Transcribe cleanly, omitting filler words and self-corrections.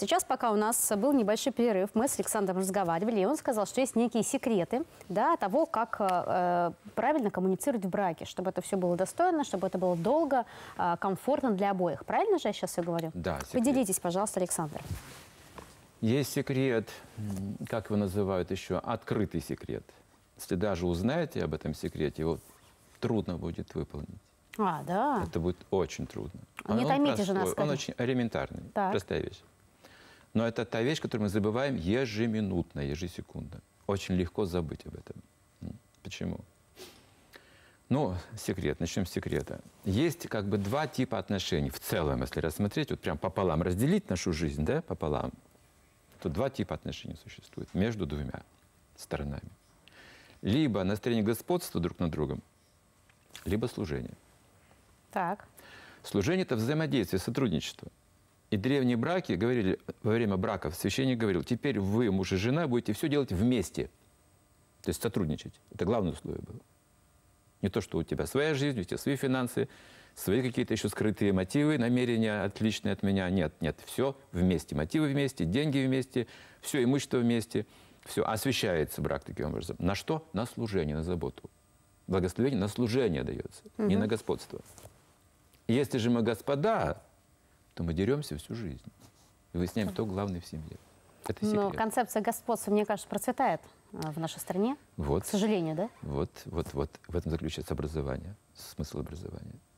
Сейчас, пока у нас был небольшой перерыв, мы с Александром разговаривали, и он сказал, что есть некие секреты, да, того, как правильно коммуницировать в браке, чтобы это все было достойно, чтобы это было долго, комфортно для обоих. Правильно же я сейчас все говорю? Да, секрет. Поделитесь, пожалуйста, Александр. Есть секрет, как его называют еще, открытый секрет. Если даже узнаете об этом секрете, его трудно будет выполнить. А, да? Это будет очень трудно. Не томите же нас. Он очень элементарный, простая вещь. Но это та вещь, которую мы забываем ежеминутно, ежесекундно. Очень легко забыть об этом. Почему? Ну, секрет, начнем с секрета. Есть как бы два типа отношений в целом, если рассмотреть, вот прям пополам разделить нашу жизнь, да, пополам. Тут два типа отношений существует между двумя сторонами. Либо настроение господства друг над другом, либо служение. Так. Служение – это взаимодействие, сотрудничество. И древние браки говорили, во время браков священник говорил, теперь вы, муж и жена, будете все делать вместе. То есть сотрудничать. Это главное условие было. Не то, что у тебя своя жизнь, у тебя свои финансы, свои какие-то еще скрытые мотивы, намерения отличные от меня. Нет, нет, все вместе. Мотивы вместе, деньги вместе, все имущество вместе. Все освящается брак таким образом. На что? На служение, на заботу. Благословение на служение дается, не на господство. Если же мы господа, то мы деремся всю жизнь. И выясняем, кто главный в семье. Это секрет. Но концепция господства, мне кажется, процветает в нашей стране. Вот. К сожалению, да? Вот в этом заключается образование, смысл образования.